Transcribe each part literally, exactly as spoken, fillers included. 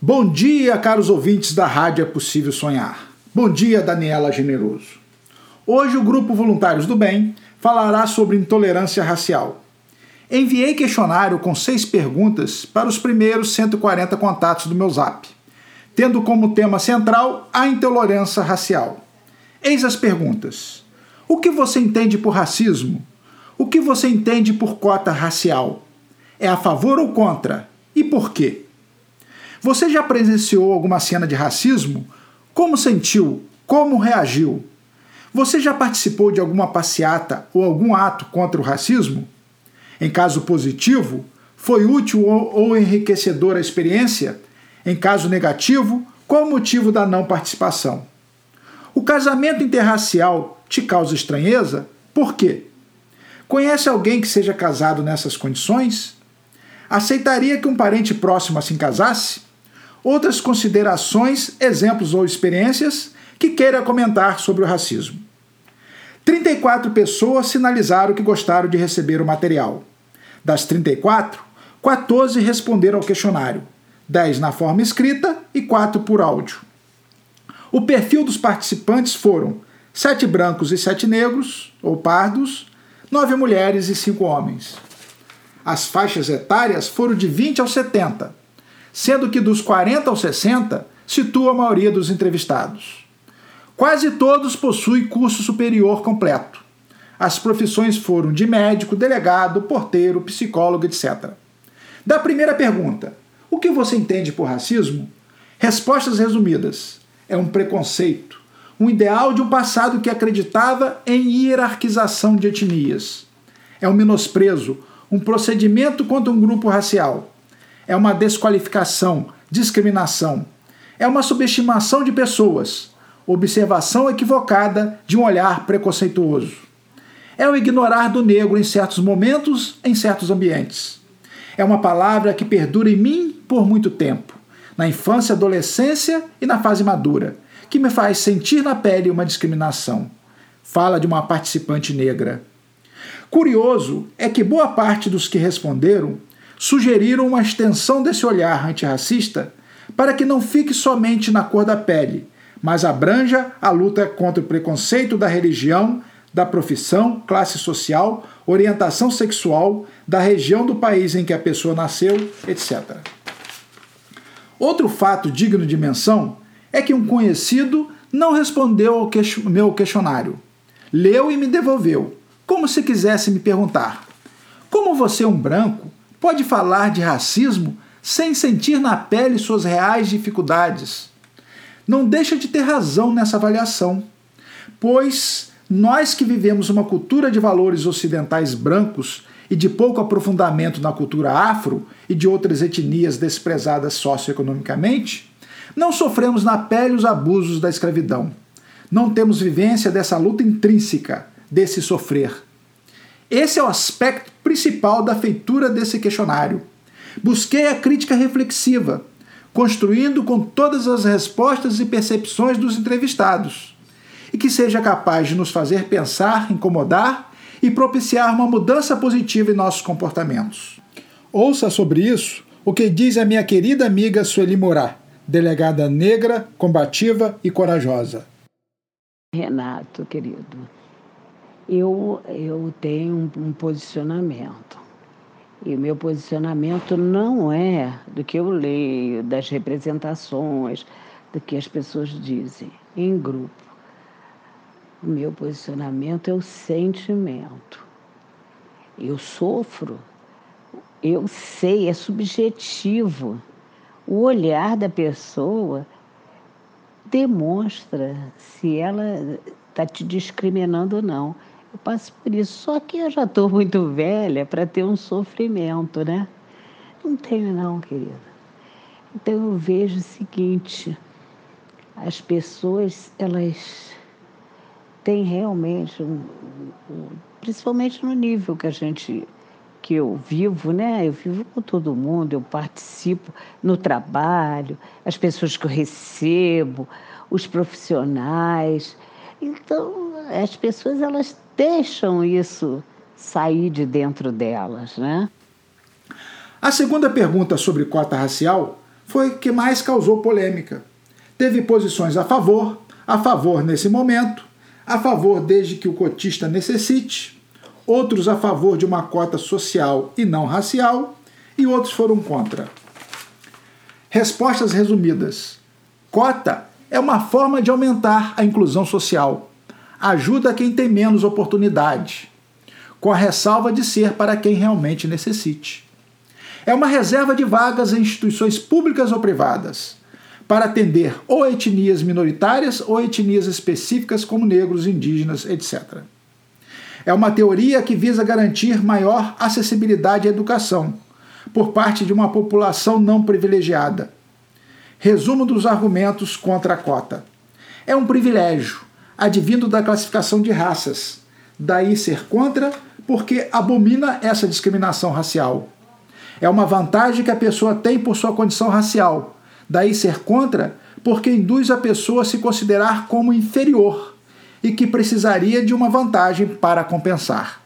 Bom dia, caros ouvintes da Rádio É Possível Sonhar. Bom dia, Daniela Generoso. Hoje o Grupo Voluntários do Bem falará sobre intolerância racial. Enviei questionário com seis perguntas para os primeiros cento e quarenta contatos do meu Zap, tendo como tema central a intolerância racial. Eis as perguntas. O que você entende por racismo? O que você entende por cota racial? É a favor ou contra? E por quê? Você já presenciou alguma cena de racismo? Como sentiu? Como reagiu? Você já participou de alguma passeata ou algum ato contra o racismo? Em caso positivo, foi útil ou enriquecedora a experiência? Em caso negativo, qual o motivo da não participação? O casamento interracial te causa estranheza? Por quê? Conhece alguém que seja casado nessas condições? Aceitaria que um parente próximo assim casasse? Outras considerações, exemplos ou experiências que queira comentar sobre o racismo. trinta e quatro pessoas sinalizaram que gostaram de receber o material. Das trinta e quatro, quatorze responderam ao questionário, dez na forma escrita e quatro por áudio. O perfil dos participantes foram sete brancos e sete negros, ou pardos, nove mulheres e cinco homens. As faixas etárias foram de vinte aos setenta, sendo que dos quarenta aos sessenta situa a maioria dos entrevistados. Quase todos possuem curso superior completo. As profissões foram de médico, delegado, porteiro, psicólogo, etcétera. Da primeira pergunta, o que você entende por racismo? Respostas resumidas. É um preconceito, um ideal de um passado que acreditava em hierarquização de etnias. É um menosprezo, um procedimento contra um grupo racial. É uma desqualificação, discriminação. É uma subestimação de pessoas, observação equivocada de um olhar preconceituoso. É o ignorar do negro em certos momentos, em certos ambientes. É uma palavra que perdura em mim por muito tempo, na infância, adolescência e na fase madura, que me faz sentir na pele uma discriminação. Fala de uma participante negra. Curioso é que boa parte dos que responderam sugeriram uma extensão desse olhar antirracista para que não fique somente na cor da pele, mas abranja a luta contra o preconceito da religião, da profissão, classe social, orientação sexual, da região do país em que a pessoa nasceu, etcétera. Outro fato digno de menção é que um conhecido não respondeu ao question- meu questionário. Leu e me devolveu, como se quisesse me perguntar: como você, um branco, pode falar de racismo sem sentir na pele suas reais dificuldades? Não deixa de ter razão nessa avaliação, pois nós que vivemos uma cultura de valores ocidentais brancos e de pouco aprofundamento na cultura afro e de outras etnias desprezadas socioeconomicamente, não sofremos na pele os abusos da escravidão. Não temos vivência dessa luta intrínseca, desse sofrer. Esse é o aspecto principal da feitura desse questionário. Busquei a crítica reflexiva, construindo com todas as respostas e percepções dos entrevistados, e que seja capaz de nos fazer pensar, incomodar e propiciar uma mudança positiva em nossos comportamentos. Ouça sobre isso o que diz a minha querida amiga Sueli Mourá, delegada negra, combativa e corajosa. Renato, querido, eu, eu tenho um, um posicionamento. E o meu posicionamento não é do que eu leio, das representações, do que as pessoas dizem em grupo. O meu posicionamento é o sentimento. Eu sofro, eu sei, é subjetivo. O olhar da pessoa demonstra se ela está te discriminando ou não. Eu passo por isso, só que eu já estou muito velha para ter um sofrimento, né? Não tenho não, querida. Então eu vejo o seguinte, as pessoas, elas têm realmente, um, um, principalmente no nível que a gente, que eu vivo, né? Eu vivo com todo mundo, eu participo no trabalho, as pessoas que eu recebo, os profissionais. Então, as pessoas, elas deixam isso sair de dentro delas, né? A segunda pergunta sobre cota racial foi o que mais causou polêmica. Teve posições a favor, a favor nesse momento, a favor desde que o cotista necessite, outros a favor de uma cota social e não racial, e outros foram contra. Respostas resumidas. Cota é uma forma de aumentar a inclusão social. Ajuda quem tem menos oportunidade, com a ressalva de ser para quem realmente necessite. É uma reserva de vagas em instituições públicas ou privadas, para atender ou etnias minoritárias ou etnias específicas como negros, indígenas, etcétera. É uma teoria que visa garantir maior acessibilidade à educação por parte de uma população não privilegiada. Resumo dos argumentos contra a cota. É um privilégio, advindo da classificação de raças. Daí ser contra, porque abomina essa discriminação racial. É uma vantagem que a pessoa tem por sua condição racial. Daí ser contra, porque induz a pessoa a se considerar como inferior e que precisaria de uma vantagem para compensar.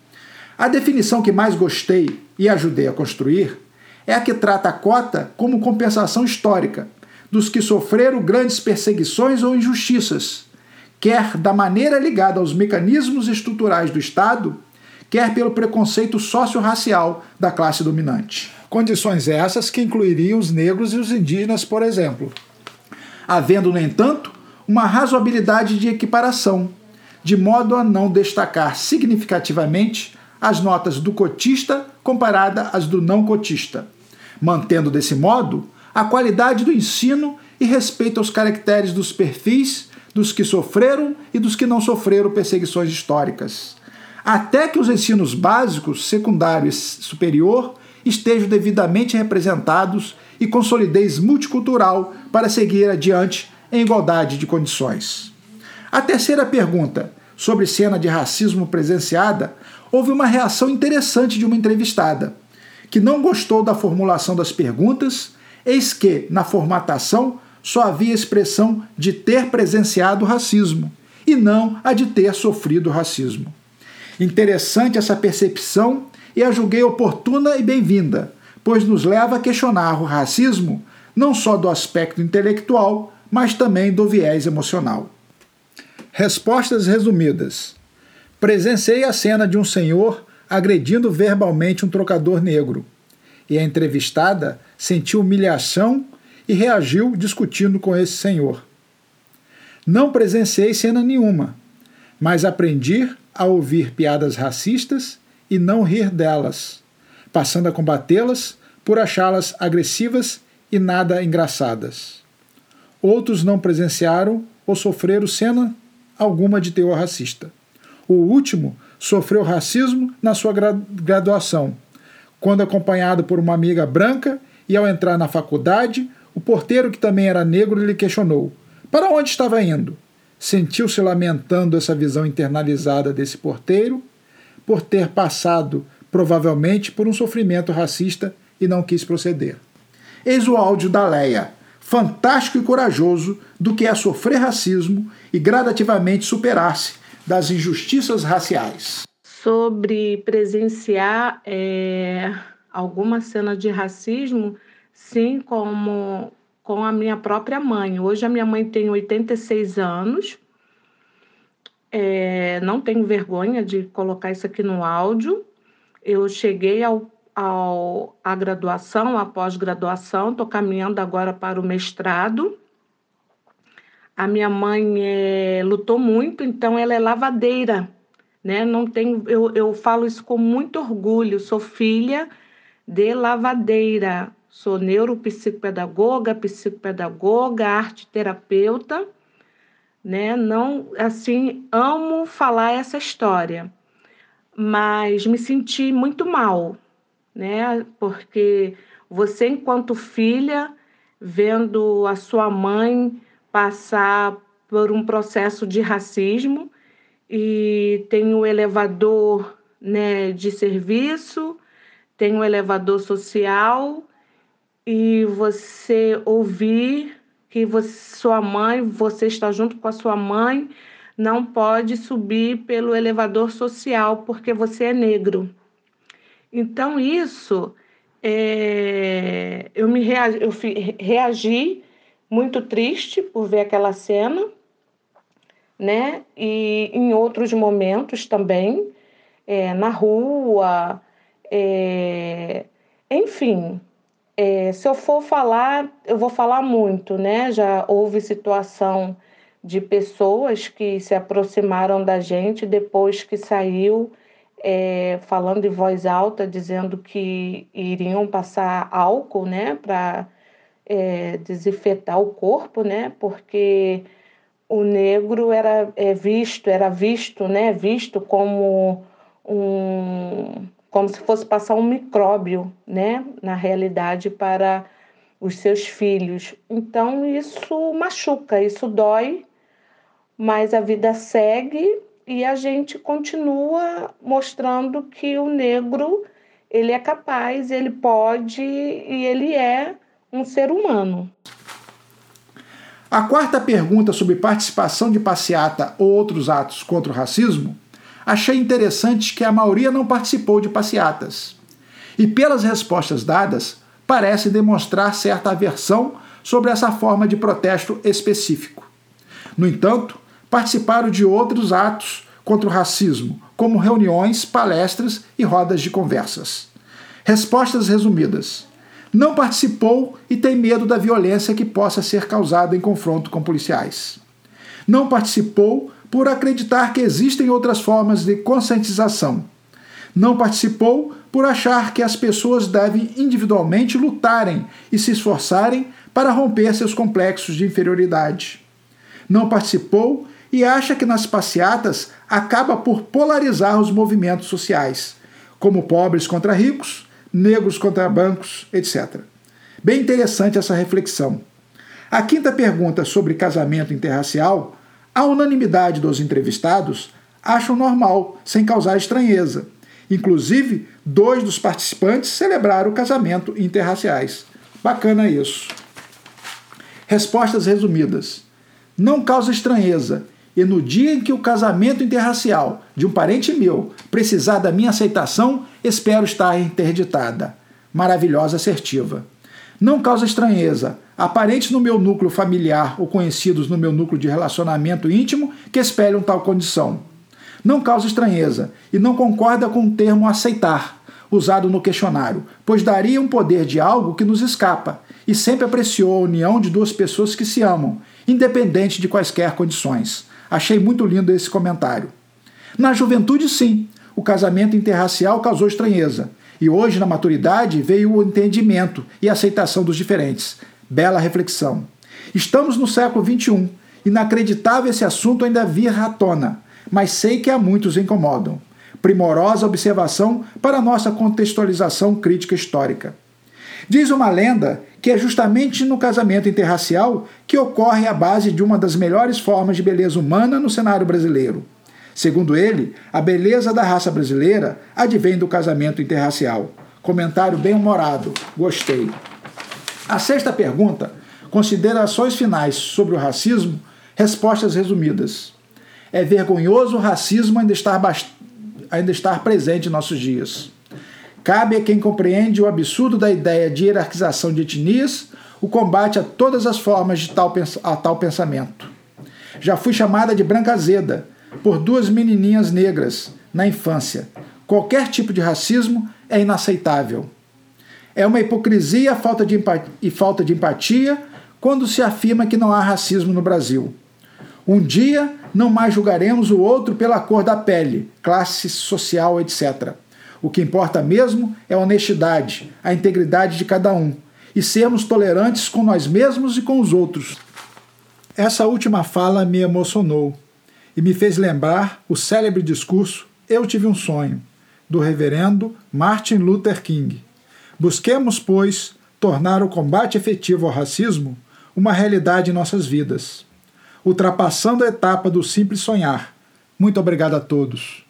A definição que mais gostei e ajudei a construir é a que trata a cota como compensação histórica dos que sofreram grandes perseguições ou injustiças, quer da maneira ligada aos mecanismos estruturais do Estado, quer pelo preconceito socio-racial da classe dominante. Condições essas que incluiriam os negros e os indígenas, por exemplo. Havendo, no entanto, uma razoabilidade de equiparação, de modo a não destacar significativamente as notas do cotista comparada às do não cotista, mantendo desse modo a qualidade do ensino e respeito aos caracteres dos perfis dos que sofreram e dos que não sofreram perseguições históricas, até que os ensinos básicos, secundário e superior estejam devidamente representados e com solidez multicultural para seguir adiante em igualdade de condições. A terceira pergunta, sobre cena de racismo presenciada, houve uma reação interessante de uma entrevistada, que não gostou da formulação das perguntas, eis que, na formatação, só havia expressão de ter presenciado racismo, e não a de ter sofrido racismo. Interessante essa percepção e a julguei oportuna e bem-vinda, pois nos leva a questionar o racismo não só do aspecto intelectual, mas também do viés emocional. Respostas resumidas. Presenciei a cena de um senhor agredindo verbalmente um trocador negro, e a entrevistada sentiu humilhação e reagiu discutindo com esse senhor. Não presenciei cena nenhuma, mas aprendi a ouvir piadas racistas e não rir delas, passando a combatê-las por achá-las agressivas e nada engraçadas. Outros não presenciaram ou sofreram cena alguma de teor racista. O último sofreu racismo na sua graduação, quando acompanhado por uma amiga branca, e ao entrar na faculdade, o porteiro, que também era negro, lhe questionou: para onde estava indo? Sentiu-se lamentando essa visão internalizada desse porteiro, por ter passado, provavelmente, por um sofrimento racista e não quis proceder. Eis o áudio da Leia, fantástico e corajoso do que é sofrer racismo e gradativamente superar-se das injustiças raciais. Sobre presenciar é, alguma cena de racismo, sim, como com a minha própria mãe. Hoje a minha mãe tem oitenta e seis anos, é, não tenho vergonha de colocar isso aqui no áudio. Eu cheguei ao, ao, à graduação, à pós-graduação, estou caminhando agora para o mestrado. A minha mãe é, lutou muito, então ela é lavadeira, né? Não tenho, eu, eu falo isso com muito orgulho, sou filha de lavadeira, sou neuropsicopedagoga, psicopedagoga, arte-terapeuta, né? Não, assim, amo falar essa história, mas me senti muito mal, né? Porque você, enquanto filha, vendo a sua mãe passar por um processo de racismo, e tem o elevador, né, de serviço, tem o elevador social, e você ouvir que você, sua mãe, você está junto com a sua mãe, não pode subir pelo elevador social porque você é negro. Então isso é, eu, me reagi, eu fi, reagi muito triste por ver aquela cena, né? E em outros momentos também, é, na rua, é, enfim, é, se eu for falar, eu vou falar muito, né? Já houve situação de pessoas que se aproximaram da gente depois que saiu, é, falando em voz alta, dizendo que iriam passar álcool, né, para é, desinfetar o corpo, né, porque o negro era é, visto, era visto, né, visto como um, como se fosse passar um micróbio, né, na realidade para os seus filhos. Então isso machuca, isso dói, mas a vida segue e a gente continua mostrando que o negro, ele é capaz, ele pode e ele é um ser humano. A quarta pergunta sobre participação de passeata ou outros atos contra o racismo, achei interessante que a maioria não participou de passeatas. E pelas respostas dadas, parece demonstrar certa aversão sobre essa forma de protesto específico. No entanto, participaram de outros atos contra o racismo, como reuniões, palestras e rodas de conversas. Respostas resumidas. Não participou e tem medo da violência que possa ser causada em confronto com policiais. Não participou por acreditar que existem outras formas de conscientização. Não participou por achar que as pessoas devem individualmente lutarem e se esforçarem para romper seus complexos de inferioridade. Não participou e acha que nas passeatas acaba por polarizar os movimentos sociais, como pobres contra ricos, negros contra brancos, etcétera. Bem interessante essa reflexão. A quinta pergunta sobre casamento interracial, a unanimidade dos entrevistados acham normal, sem causar estranheza. Inclusive, dois dos participantes celebraram o casamento interraciais. Bacana isso. Respostas resumidas. Não causa estranheza, e no dia em que o casamento interracial de um parente meu precisar da minha aceitação, espero estar interditada. Maravilhosa assertiva. Não causa estranheza a parentes no meu núcleo familiar ou conhecidos no meu núcleo de relacionamento íntimo que espelham tal condição. Não causa estranheza e não concorda com o termo aceitar, usado no questionário, pois daria um poder de algo que nos escapa, e sempre apreciou a união de duas pessoas que se amam, independente de quaisquer condições. Achei muito lindo esse comentário. Na juventude, sim, o casamento interracial causou estranheza, e hoje, na maturidade, veio o entendimento e a aceitação dos diferentes. Bela reflexão. Estamos no século vinte e um, inacreditável esse assunto ainda vir à tona, mas sei que há muitos incomodam. Primorosa observação para nossa contextualização crítica histórica. Diz uma lenda que é justamente no casamento interracial que ocorre a base de uma das melhores formas de beleza humana no cenário brasileiro. Segundo ele, a beleza da raça brasileira advém do casamento interracial. Comentário bem-humorado. Gostei. A sexta pergunta, considerações finais sobre o racismo, respostas resumidas. É vergonhoso o racismo ainda estar, bast... ainda estar presente em nossos dias. Cabe a quem compreende o absurdo da ideia de hierarquização de etnias o combate a todas as formas de tal, pens... a tal pensamento. Já fui chamada de branca azeda por duas menininhas negras na infância. Qualquer tipo de racismo é inaceitável. É uma hipocrisia falta de empat... e falta de empatia quando se afirma que não há racismo no Brasil. Um dia não mais julgaremos o outro pela cor da pele, classe social, etcétera. O que importa mesmo é a honestidade, a integridade de cada um, e sermos tolerantes com nós mesmos e com os outros. Essa última fala me emocionou e me fez lembrar o célebre discurso Eu Tive um Sonho, do reverendo Martin Luther King. Busquemos, pois, tornar o combate efetivo ao racismo uma realidade em nossas vidas, ultrapassando a etapa do simples sonhar. Muito obrigado a todos.